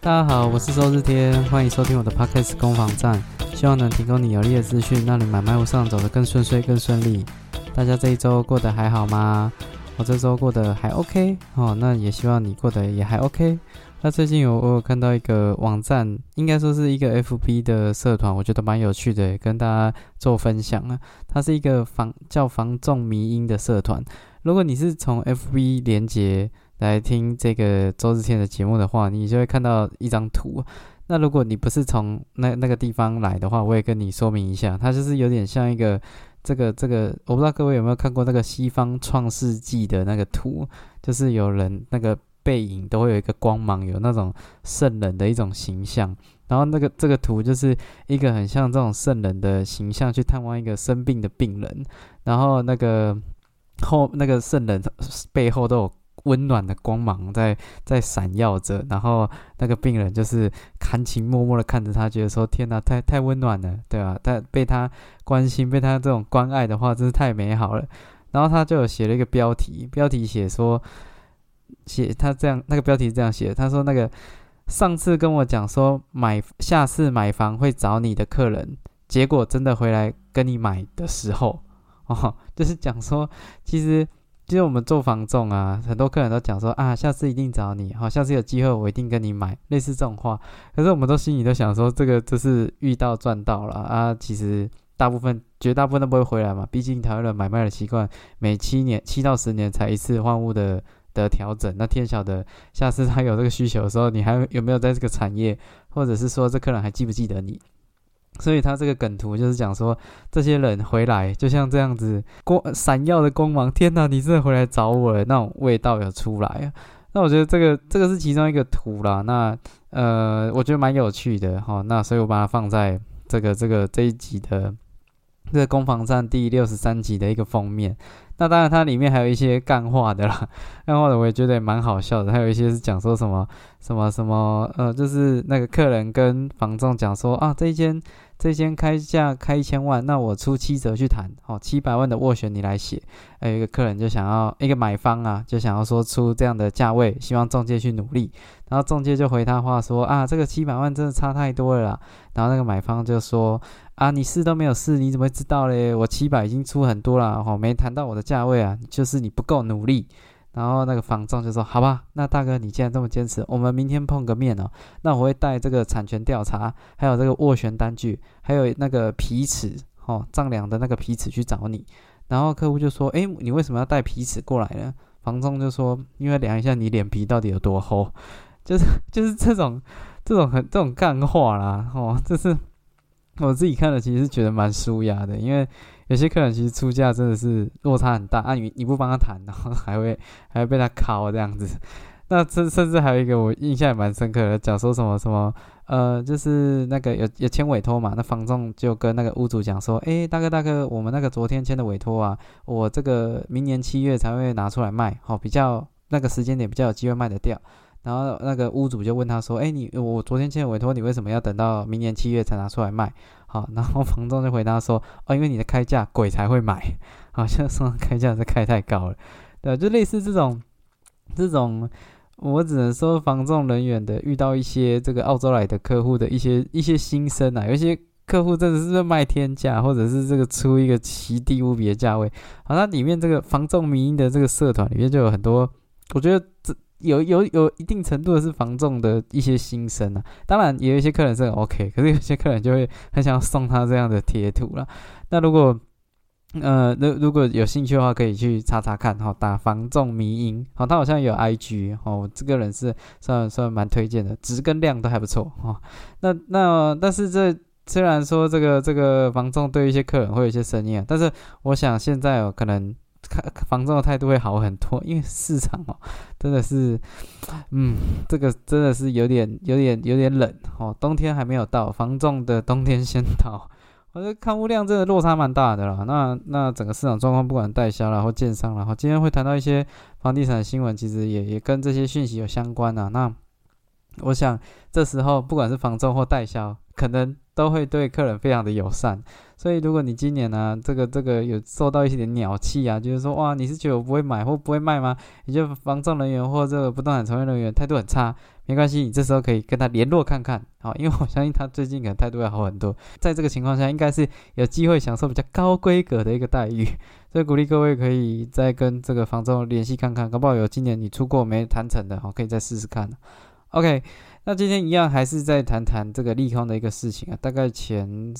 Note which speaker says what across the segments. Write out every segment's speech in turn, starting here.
Speaker 1: 大家好，我是周日天，欢迎收听我的 Podcast 攻防战，希望能提供你有力的资讯，让你买卖路上走得更顺遂、更顺利。大家这一周过得还好吗？我这周过得还 OK 那也希望你过得也还 OK。那最近我有看到一个网站，应该说是一个 FB 的社团，我觉得蛮有趣的，跟大家做分享啊。它是一个叫房仲迷因的社团。如果你是从 FB 连结来听这个周日天的节目的话，你就会看到一张图。那如果你不是从那个地方来的话，我也跟你说明一下，它就是有点像一个这个，我不知道各位有没有看过那个西方创世纪的那个图，就是有人那个背影都会有一个光芒，有那种圣人的一种形象。然后这个图就是一个很像这种圣人的形象去探望一个生病的病人，然后那个圣人背后都有温暖的光芒在闪耀着，然后那个病人就是含情脉脉的看着他，觉得说天哪，太温暖了，对吧？被他关心，被他这种关爱的话，真是太美好了。然后他就有写了一个标题他这样，那个标题是这样写的，他说那个上次跟我讲说下次买房会找你的客人，结果真的回来跟你买的时候，就是讲说其实我们做房仲啊，很多客人都讲说啊，下次一定找你，下次有机会我一定跟你买，类似这种话。可是我们都心里都想说，这个就是遇到赚到了啊。其实绝大部分都不会回来嘛，毕竟台湾人买卖的习惯，每7到10年才一次换屋的调整。那天晓得下次他有这个需求的时候，你还有没有在这个产业，或者是说这客人还记不记得你？所以他这个梗图就是讲说，这些人回来就像这样子闪耀的光芒，天哪，你真的回来找我了，那种味道有出来啊。那我觉得这个是其中一个图啦，那我觉得蛮有趣的那所以我把它放在这一集的这个攻防战第63集的一个封面。那当然它里面还有一些干话的啦，干话的我也觉得也蛮好笑的。还有一些是讲说什么就是那个客人跟房仲讲说啊，这一间开价开1000万，那我出7折去谈，700万的斡旋你来写。有一个客人一个买方啊，就想要说出这样的价位，希望仲介去努力。然后仲介就回他话说啊，这个700万真的差太多了啦。然后那个买方就说啊，你试都没有试，你怎么会知道嘞？我700已经出很多啦，没谈到我的价位啊，就是你不够努力。然后那个房仲就说好吧，那大哥你既然这么坚持，我们明天碰个面那我会带这个产权调查，还有这个斡旋单据，还有那个皮尺丈量的那个皮尺去找你。然后客户就说你为什么要带皮尺过来呢？房仲就说因为量一下你脸皮到底有多厚。就是这种干话啦就是我自己看了其实是觉得蛮舒压的，因为有些客人其实出价真的是落差很大啊，你不帮他谈，然后还会被他敲这样子。那甚至还有一个我印象也蛮深刻的，讲说什么就是那个有签委托嘛，那房仲就跟那个屋主讲说大哥，我们那个昨天签的委托啊，我这个明年7月才会拿出来卖比较那个时间点比较有机会卖得掉。然后那个屋主就问他说我昨天签的委托，你为什么要等到明年7月才拿出来卖？然后房仲就回答说因为你的开价鬼才会买，好像说开价是开太高了。对，就类似这种我只能说房仲人员的遇到一些这个澳洲来的客户的一些心声啊，有一些客户真的是卖天价，或者是这个出一个奇低无比的价位。那里面这个房仲迷因的这个社团里面就有很多，我觉得有一定程度的是房仲的一些心声啊。当然也有一些客人是很 OK， 可是有些客人就会很想要送他这样的贴图啦。那如果有兴趣的话，可以去查查看打房仲迷因他好像有 IG 这个人是算蛮推荐的，质跟量都还不错但是虽然说这个房仲对一些客人会有一些声音但是我想现在可能房仲的态度会好很多，因为市场真的是这个真的是有点冷冬天还没有到，房仲的冬天先到。我觉得看屋量真的落差蛮大的啦。那整个市场状况，不管代销啦或建商啦，今天会谈到一些房地产的新闻，其实也跟这些讯息有相关啊。那我想这时候不管是房仲或代销，可能都会对客人非常的友善。所以如果你今年这个有受到一些点鸟气啊，就是说哇，你是觉得我不会买或不会卖吗？你就房仲人员或这个不动产从业人员态度很差， 没关系，你这时候可以跟他联络看看，好，因为我相信他最近可能态度要好很多，在这个情况下应该是有机会享受比较高规格的一个待遇，所以鼓励各位可以再跟这个房仲联系看看，搞不好有今年你出过没谈成的，可以再试试看。OK， 那今天一样还是再谈谈这个利空的一个事情啊，大概前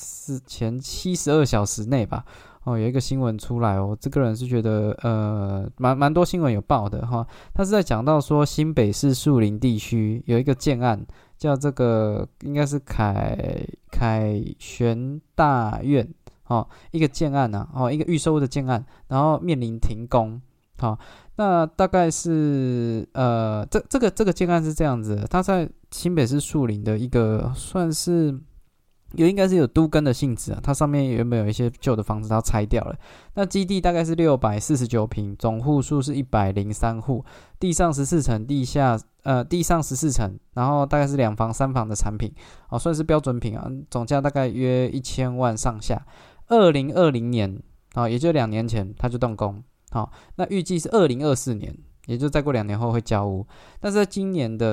Speaker 1: 72小时内吧，有一个新闻出来哦，这个人是觉得蛮多新闻有报的哈，他是在讲到说新北市树林地区有一个建案，叫这个应该是凯旋大院一个建案啊，一个预售的建案，然后面临停工，那大概是这个建案是这样子的，它在新北市树林的一个算是应该是有都更的性质啊，它上面原本有一些旧的房子它拆掉了，那基地大概是649坪，总户数是103户，地上14层，地上14层，然后大概是2房3房的产品，算是标准品啊，总价大概约1000万上下。2020年也就2年前它就动工，那预计是2024年，也就再过2年后会交屋。但是在今年的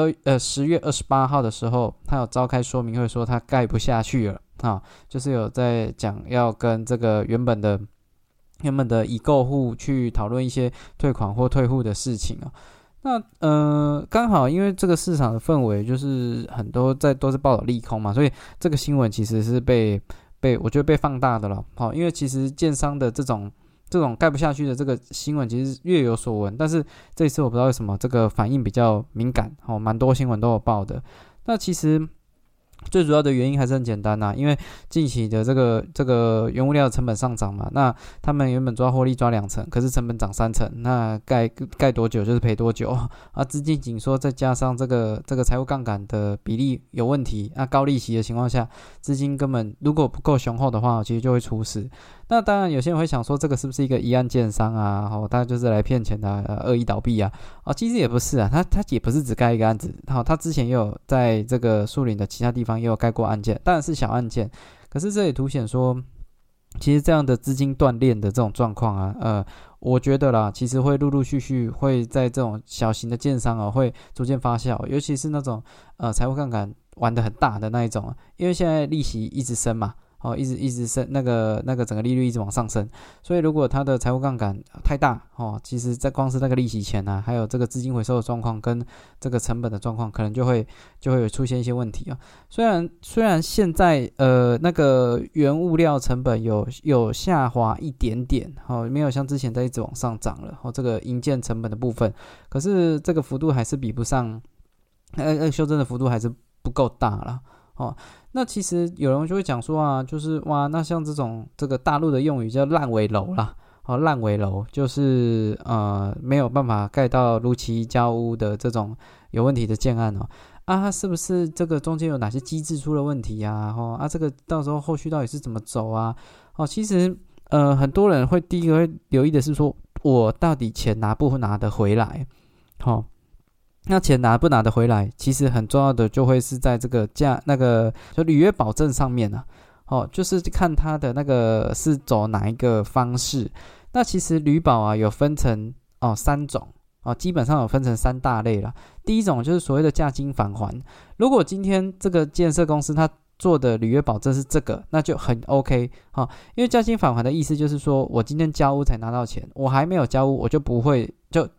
Speaker 1: 10月28号的时候，他有召开说明会说他盖不下去了就是有在讲要跟这个原本的已购户去讨论一些退款或退户的事情那刚好因为这个市场的氛围就是很多都是报道利空嘛，所以这个新闻其实是我觉得被放大的了因为其实建商的这种盖不下去的这个新闻其实略有所闻，但是这一次我不知道为什么这个反应比较敏感蛮多新闻都有报的。那其实最主要的原因还是很简单因为近期的这个原物料的成本上涨嘛，那他们原本抓获利抓2成，可是成本涨3成，那盖多久就是赔多久资金紧缩再加上这个财务杠杆的比例有问题，高利息的情况下，资金根本如果不够雄厚的话，其实就会出事。那当然有些人会想说这个是不是一个一案建商他就是来骗钱的恶意倒闭其实也不是他也不是只盖一个案子他之前也有在这个树林的其他地方也有盖过案件，当然是小案件，可是这也凸显说其实这样的资金断裂的这种状况我觉得啦，其实会陆陆续续会在这种小型的建商会逐渐发酵，尤其是那种财务杠杆玩得很大的那一种因为现在利息一直升嘛一直升，那个整个利率一直往上升，所以如果它的财务杠杆太大其实在光是那个利息钱还有这个资金回收的状况跟这个成本的状况，可能就会有出现一些问题虽然现在那个原物料成本有下滑一点点没有像之前在一直往上涨了这个营建成本的部分，可是这个幅度还是比不上修正的幅度还是不够大啦那其实有人就会讲说就是那像这个大陆的用语叫烂尾楼啦烂尾楼就是没有办法盖到如期交屋的这种有问题的建案是不是这个中间有哪些机制出了问题这个到时候后续到底是怎么走其实很多人第一个会留意的是说我到底钱拿不拿得回来那钱拿不拿得回来，其实很重要的就会是在这个就履约保证上面就是看他的那个是走哪一个方式。那其实履保有分成3种基本上有分成3大类啦。第一种就是所谓的价金返还，如果今天这个建设公司它做的履约保证是这个，那就很 OK 因为价金返还的意思就是说我今天交屋才拿到钱，我还没有交屋我就不会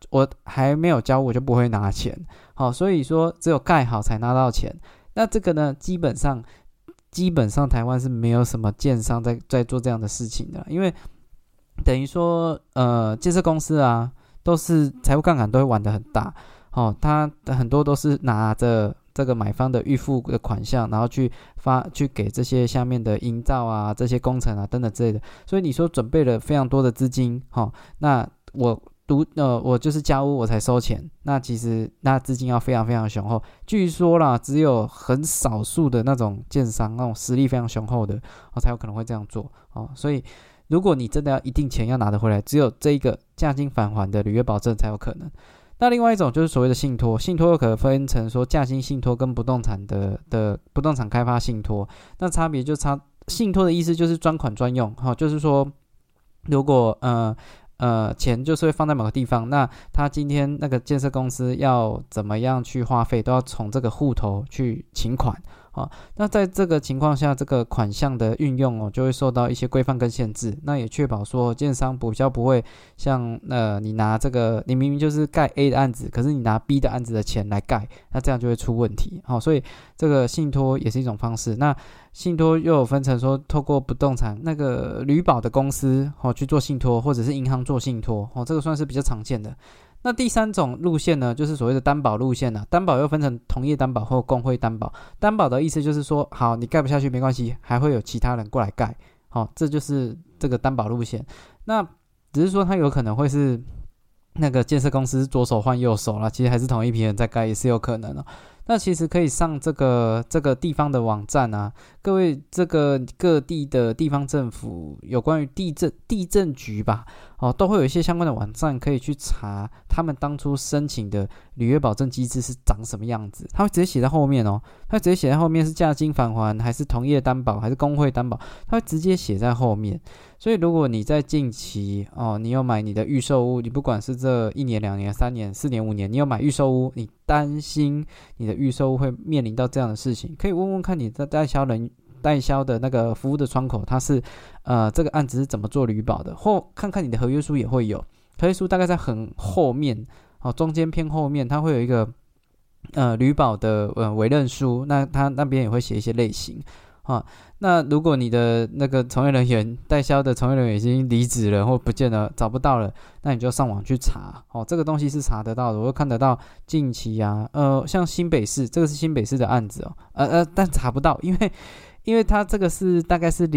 Speaker 1: 拿钱所以说只有盖好才拿到钱。那这个呢基本上台湾是没有什么建商在做这样的事情的，因为等于说建设公司都是财务杠杆都会玩得很大他很多都是拿着这个买方的预付的款项，然后去给这些下面的营造这些工程等等之类的，所以你说准备了非常多的资金那我就是交屋我才收钱，那其实那资金要非常非常雄厚，据说啦只有很少数的那种建商那种实力非常雄厚的才有可能会这样做所以如果你真的要一定钱要拿得回来，只有这一个价金返还的履约保证才有可能。那另外一种就是所谓的信托又可分成说价金信托跟不动产的不动产开发信托，那差别就信托的意思就是专款专用就是说如果钱就是会放在某个地方，那他今天那个建设公司要怎么样去花费，都要从这个户头去请款。那在这个情况下，这个款项的运用就会受到一些规范跟限制，那也确保说建商比较不会像你拿这个，你明明就是盖 A 的案子，可是你拿 B 的案子的钱来盖，那这样就会出问题。所以这个信托也是一种方式。那信托又有分成说，透过不动产那个旅保的公司去做信托，或者是银行做信托，这个算是比较常见的。那第三种路线呢，就是所谓的担保路线担保又分成同业担保或公会担保。担保的意思就是说，好，你盖不下去没关系，还会有其他人过来盖。这就是这个担保路线。那只是说它有可能会是那个建设公司左手换右手啦，其实还是同一批人在盖，也是有可能那其实可以上这个地方的网站各位这个各地的地方政府有关于地震局吧，都会有一些相关的网站可以去查他们当初申请的履约保证机制是长什么样子，他会直接写在后面他会直接写在后面是价金返还还是同业担保还是公会担保，他会直接写在后面。所以如果你在近期你有买你的预售屋，你不管是这1年2年3年4年5年，你有买预售屋，你担心你的预售屋会面临到这样的事情，可以问问看你的代销的那个服务的窗口，他是这个案子是怎么做履保的，或看看你的合约书也会有，合约书大概在很后面中间偏后面，它会有一个履保的委任书，那他那边也会写一些类型那如果你的那个从业人员代销的从业人员已经离职了或不见了找不到了，那你就上网去查这个东西是查得到的，我会看得到近期像新北市，这个是新北市的案子但查不到，因为它这个是大概是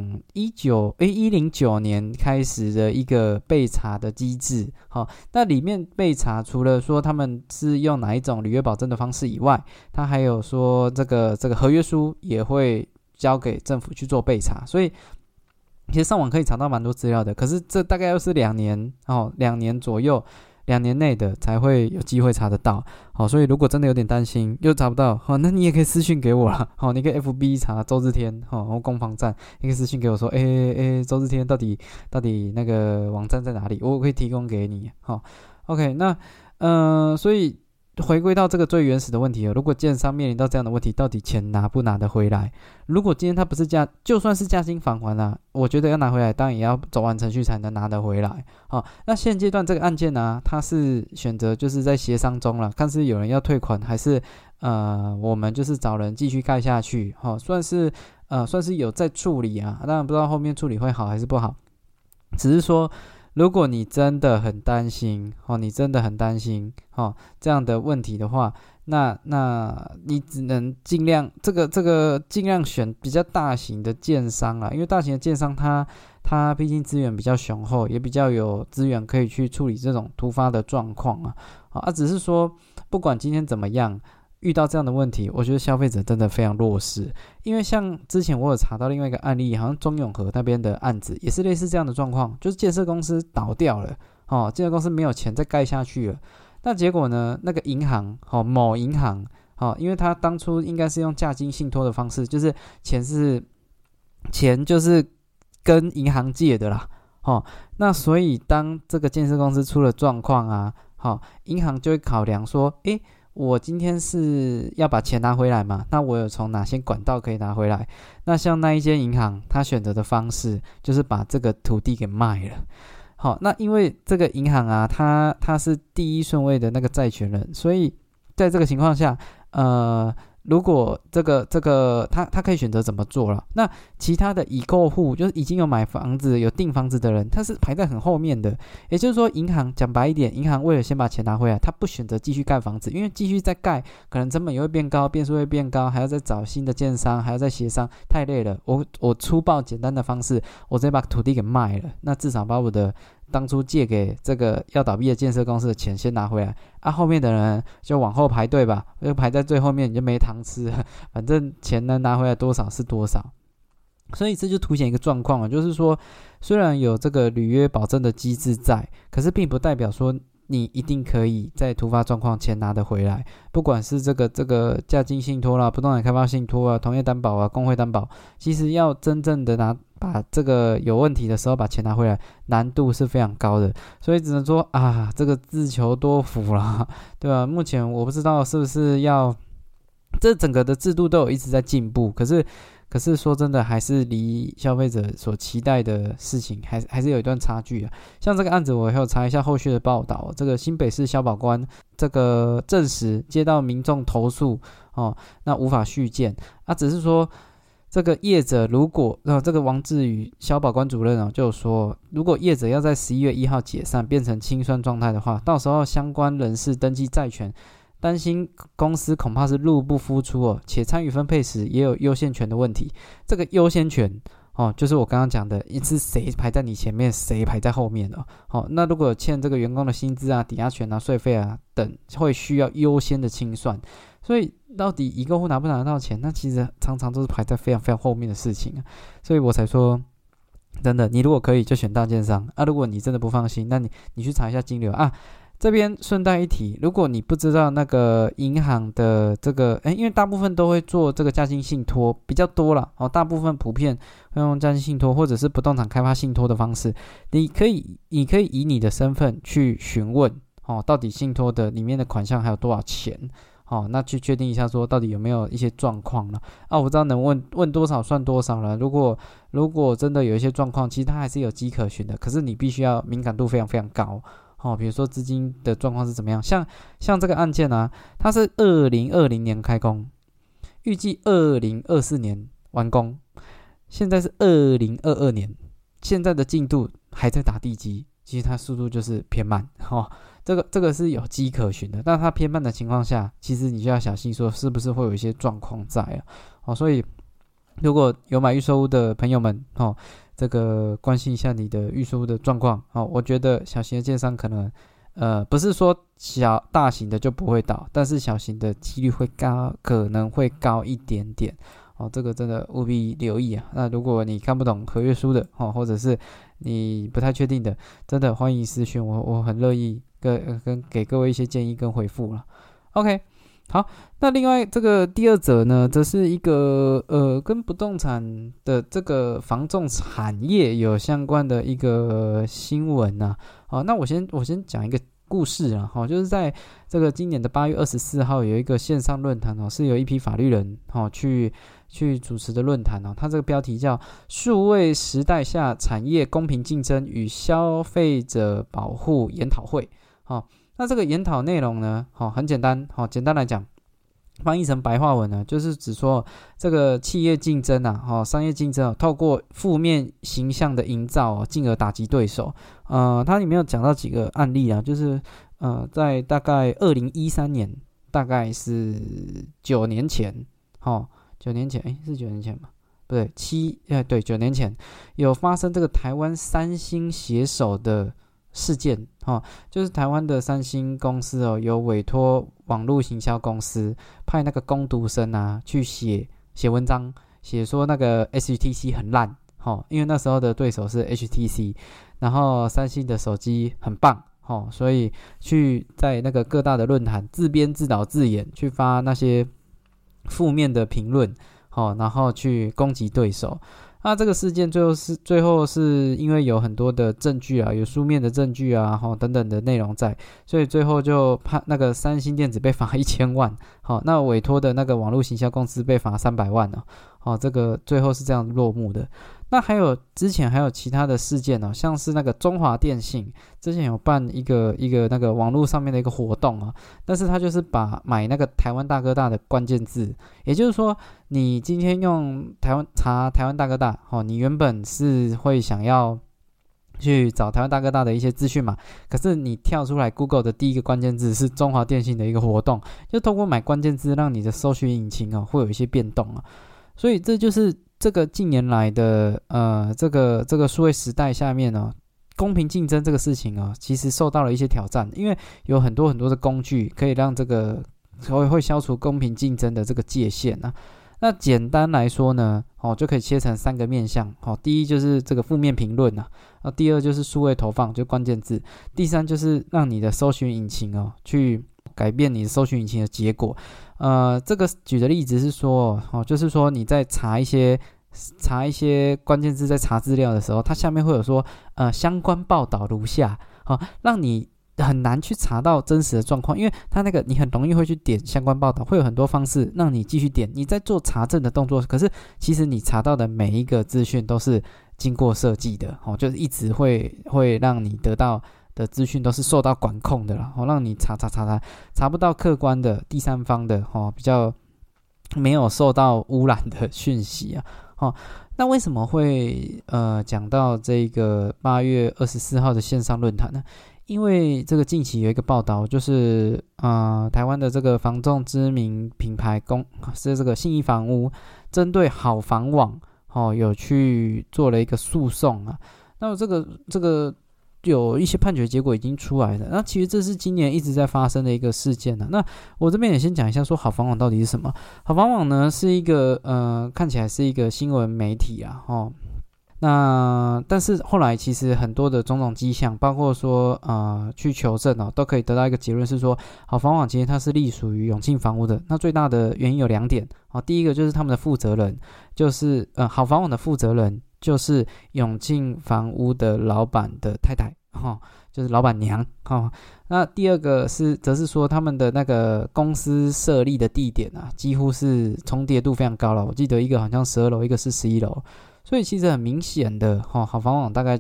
Speaker 1: 109年开始的一个备查的机制那里面备查除了说他们是用哪一种履约保证的方式以外，它还有说这个合约书也会交给政府去做备查，所以其实上网可以查到蛮多资料的，可是这大概又是2年左右2年内的才会有机会查得到所以如果真的有点担心又查不到那你也可以私讯给我啦你可以 FB 查周志天或攻防战，你可以私讯给我说周志天到底那个网站在哪里，我可以提供给你OK 那所以回归到这个最原始的问题如果建商面临到这样的问题，到底钱拿不拿得回来？如果今天他不是就算是价金返还我觉得要拿回来，当然也要走完程序才能拿得回来那现阶段这个案件他是选择就是在协商中了，看是有人要退款，还是我们就是找人继续盖下去算是有在处理当然不知道后面处理会好还是不好，只是说如果你真的很担心这样的问题的话，那你只能尽量尽量选比较大型的建商因为大型的建商它毕竟资源比较雄厚，也比较有资源可以去处理这种突发的状况只是说不管今天怎么样遇到这样的问题，我觉得消费者真的非常弱势。因为像之前我有查到另外一个案例，好像中永和那边的案子也是类似这样的状况，就是建设公司倒掉了建设公司没有钱再盖下去了，那结果呢那个银行某银行因为他当初应该是用价金信托的方式，就是钱就是跟银行借的啦那所以当这个建设公司出了状况银行就会考量说我今天是要把钱拿回来嘛，那我有从哪些管道可以拿回来？那像那一间银行他选择的方式就是把这个土地给卖了那因为这个银行他是第一顺位的那个债权人，所以在这个情况下如果这个他可以选择怎么做了，那其他的已购户就是已经有买房子有订房子的人，他是排在很后面的，也就是说银行讲白一点，银行为了先把钱拿回来，他不选择继续盖房子，因为继续再盖可能成本也会变高，变数会变高，还要再找新的建商，还要再协商，太累了，我粗暴简单的方式我直接把土地给卖了，那至少把我的当初借给这个要倒闭的建设公司的钱先拿回来后面的人就往后排队吧，就排在最后面你就没糖吃了，反正钱能拿回来多少是多少。所以这就凸显一个状况就是说虽然有这个履约保证的机制在，可是并不代表说你一定可以在突发状况钱拿得回来，不管是这个价金信托啦、不动产开发信托啊、同业担保啊、工会担保，其实要真正的把这个有问题的时候把钱拿回来，难度是非常高的，所以只能说啊，这个自求多福啦，对吧？目前我不知道是不是要，这整个的制度都有一直在进步，可是说真的，还是离消费者所期待的事情还是有一段差距啊。像这个案子，我还有查一下后续的报道，这个新北市消保官这个证实接到民众投诉哦，那无法续建啊，只是说这个业者如果这个王志宇消保官主任就说，如果业者要在11月1号解散变成清算状态的话，到时候相关人士登记债权，担心公司恐怕是入不敷出且参与分配时也有优先权的问题。这个优先权就是我刚刚讲的，是谁排在你前面，谁排在后面那如果有欠这个员工的薪资啊、抵押权啊、税费啊等，会需要优先的清算。所以到底已购户拿不拿得到钱，那其实常常都是排在非常非常后面的事情啊。所以我才说，真的，你如果可以就选大建商啊。如果你真的不放心，那你去查一下金流啊。这边顺带一提，如果你不知道那个银行的这个，因为大部分都会做这个价金信托比较多啦，大部分普遍会用价金信托或者是不动产开发信托的方式，你可以以你的身份去询问到底信托的里面的款项还有多少钱那去确定一下说到底有没有一些状况了我不知道能问多少算多少了。如果真的有一些状况，其实它还是有迹可循的，可是你必须要敏感度非常非常高比如说资金的状况是怎么样，像这个案件啊，它是2020年开工，预计2024年完工，现在是2022年，现在的进度还在打地基，其实它速度就是偏慢这个是有迹可循的，但它偏慢的情况下，其实你就要小心说是不是会有一些状况在所以如果有买预售屋的朋友们这个关心一下你的预售屋的状况我觉得小型的建商可能不是说大型的就不会倒，但是小型的几率可能会高一点点这个真的务必留意啊。那如果你看不懂合约书的或者是你不太确定的，真的欢迎私讯我很乐意跟给各位一些建议跟回复了。 OK， 好，那另外这个第二则呢，则是一个跟不动产的这个房仲产业有相关的一个新闻啊。那我先讲一个故事啊，就是在这个今年的8月24号有一个线上论坛是有一批法律人去主持的论坛它这个标题叫数位时代下产业公平竞争与消费者保护研讨会那这个研讨内容呢很简单简单来讲，翻译成白话文呢，就是指说这个企业竞争商业竞争透过负面形象的营造进而打击对手。它里面有讲到几个案例啊，就是在大概2013年，大概是9年前9年前是9年前吗？不对对9年前有发生这个台湾三星携手的事件就是台湾的三星公司有委托网络行销公司派那个工读生去写文章，写说那个 HTC 很烂因为那时候的对手是 HTC， 然后三星的手机很棒所以去在那个各大的论坛自编自导自演去发那些负面的评论然后去攻击对手。那这个事件最后是因为有很多的证据有书面的证据等等的内容在，所以最后就判那个三星电子被罚1000万那委托的那个网络行销公司被罚300万这个最后是这样落幕的。那之前还有其他的事件像是那个中华电信之前有办一个那个网络上面的一个活动但是他就是买那个台湾大哥大的关键字，也就是说你今天用查台湾大哥大你原本是会想要去找台湾大哥大的一些资讯嘛，可是你跳出来 Google 的第一个关键字是中华电信的一个活动，就透过买关键字让你的搜寻引擎会有一些变动所以这就是这个近年来的这个数位时代下面公平竞争这个事情其实受到了一些挑战，因为有很多的工具可以让这个会消除公平竞争的这个界限那简单来说呢就可以切成3个面向第一就是这个负面评论第二就是数位投放，就关键字，第三就是让你的搜寻引擎去改变你的搜寻引擎的结果。这个举的例子是说就是说你在查一些关键字，在查资料的时候，它下面会有说相关报道如下，让你很难去查到真实的状况，因为它那个你很容易会去点相关报道，会有很多方式让你继续点，你在做查证的动作，可是其实你查到的每一个资讯都是经过设计的就是一直会让你得到的资讯都是受到管控的啦让你查不到客观的第三方的比较没有受到污染的讯息啊那为什么会讲到这个8月24号的线上论坛呢？因为这个近期有一个报道，就是台湾的这个房仲知名品牌是这个信义房屋，针对好房网有去做了一个诉讼啊。那这个有一些判决结果已经出来了，那其实这是今年一直在发生的一个事件呢。那我这边也先讲一下，说好房网到底是什么？好房网呢是一个看起来是一个新闻媒体啊那但是后来其实很多的种种迹象，包括说去求证都可以得到一个结论是说，好房网其实它是隶属于永庆房屋的。那最大的原因有2点第一个就是他们的负责人，就是好房网的负责人就是永庆房屋的老板的太太就是老板娘那第二个则是说他们的那个公司设立的地点几乎是重叠度非常高了。我记得一个好像12楼，一个是11楼。所以其实很明显的好房网大概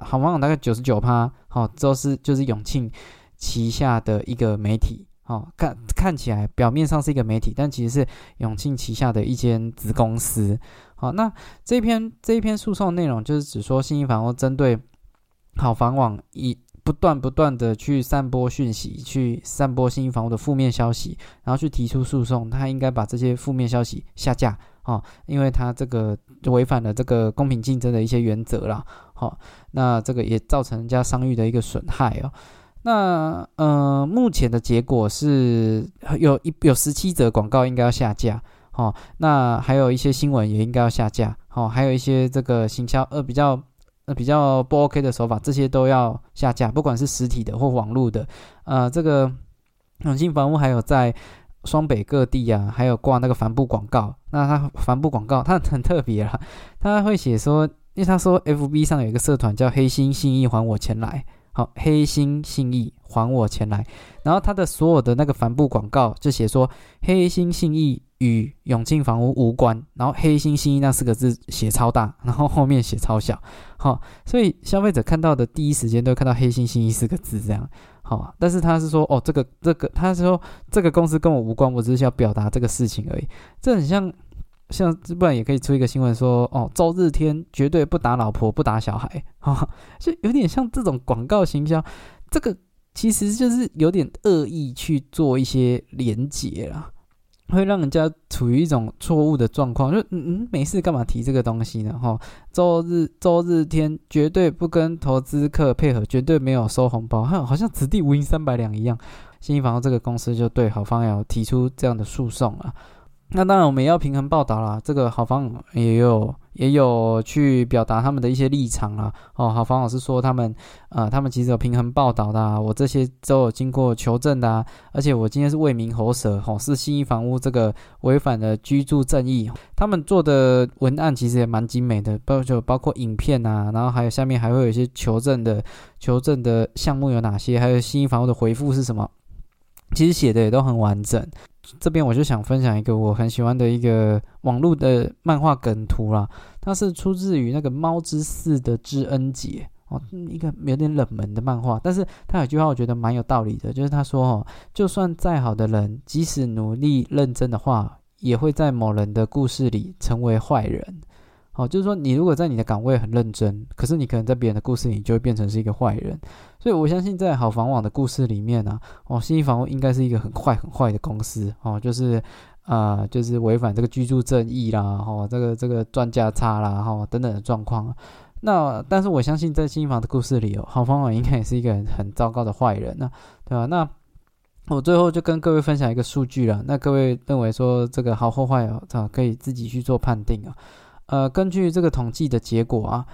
Speaker 1: 99% 就是永庆旗下的一个媒体看起来表面上是一个媒体，但其实是永庆旗下的一间子公司。那这一篇诉讼内容就是指说信义房屋针对好房网不断的去散播讯息，去散播信义房屋的负面消息，然后去提出诉讼，他应该把这些负面消息下架因为他这个违反了这个公平竞争的一些原则啦那这个也造成人家商誉的一个损害那目前的结果是有17则广告应该要下架那还有一些新闻也应该要下架还有一些这个行销比较不 OK 的手法，这些都要下架，不管是实体的或网络的这个永庆房屋还有在双北各地还有挂那个帆布广告。那它帆布广告它很特别啦，它会写说，因为他说 FB 上有一个社团叫黑心信义还我钱来黑心信义还我钱来，然后他的所有的那个帆布广告就写说黑心信义与永庆房屋无关，然后黑心信义那4个字写超大，然后后面写超小所以消费者看到的第一时间都会看到黑心信义4个字这样但是他是说他是说这个公司跟我无关，我只是要表达这个事情而已。这很像不然也可以出一个新闻说周日天绝对不打老婆不打小孩就有点像这种广告行销，这个其实就是有点恶意去做一些连结啦，会让人家处于一种错误的状况，就没事干嘛提这个东西呢周日天绝对不跟投资客配合，绝对没有收红包，好像此地无银300两一样。信义房屋这个公司就对好房网提出这样的诉讼了。那当然我们也要平衡报道啦，这个好房网也有去表达他们的一些立场啦好房网是说他们其实有平衡报道的我这些都有经过求证的而且我今天是为民喉舌是信义房屋这个违反了居住正义，他们做的文案其实也蛮精美的，包括影片然后还有下面还会有一些求证的项目有哪些，还有信义房屋的回复是什么，其实写的也都很完整。这边我就想分享一个我很喜欢的一个网络的漫画梗图啦，它是出自于那个猫之寺的知恩节一个有点冷门的漫画，但是他有句话我觉得蛮有道理的，就是他说就算再好的人，即使努力认真的话，也会在某人的故事里成为坏人就是说你如果在你的岗位很认真，可是你可能在别人的故事里就会变成是一个坏人。所以我相信在好房网的故事里面信义房屋应该是一个很坏的公司就是违反这个居住正义啦这个赚价差啦等等的状况。那但是我相信在信义房的故事里好房网应该也是一个很糟糕的坏人对吧？那我最后就跟各位分享一个数据啦，那各位认为说这个好或坏可以自己去做判定根据这个统计的结果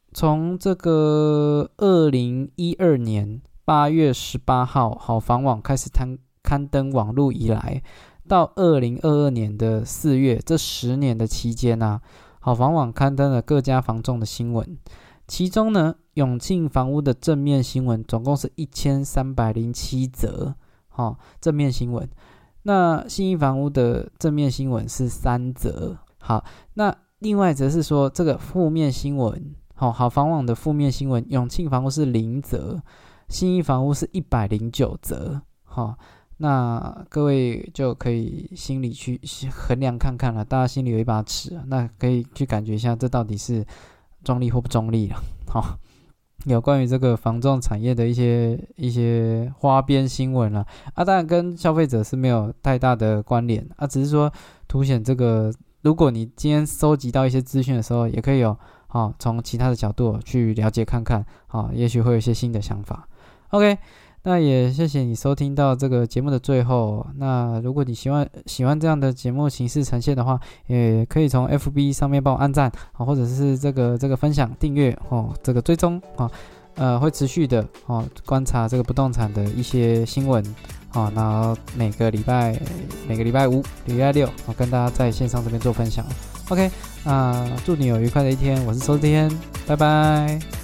Speaker 1: 从这个2012年8月18号好房网开始刊登网路以来，到2022年的4月，这10年的期间啊，好房网刊登了各家房仲的新闻，其中呢，永庆房屋的正面新闻总共是1307则，正面新闻。那信义房屋的正面新闻是3则。好，那另外则是说这个负面新闻，好房网的负面新闻，永庆房屋是0则，信义房屋是109则。那各位就可以心里去衡量看看了，大家心里有一把尺，那可以去感觉一下这到底是中立或不中立了。有关于这个房仲产业的一些花边新闻啦，当然跟消费者是没有太大的关联只是说凸显这个，如果你今天收集到一些资讯的时候，也可以有从其他的角度去了解看看，也许会有一些新的想法。OK， 那也谢谢你收听到这个节目的最后。那如果你喜欢这样的节目形式呈现的话，也可以从 FB 上面帮我按赞，或者是这个分享、订阅这个追踪会持续的观察这个不动产的一些新闻然后每个礼拜五、礼拜六跟大家在线上这边做分享。OK， 祝你有愉快的一天，我是周天，拜拜。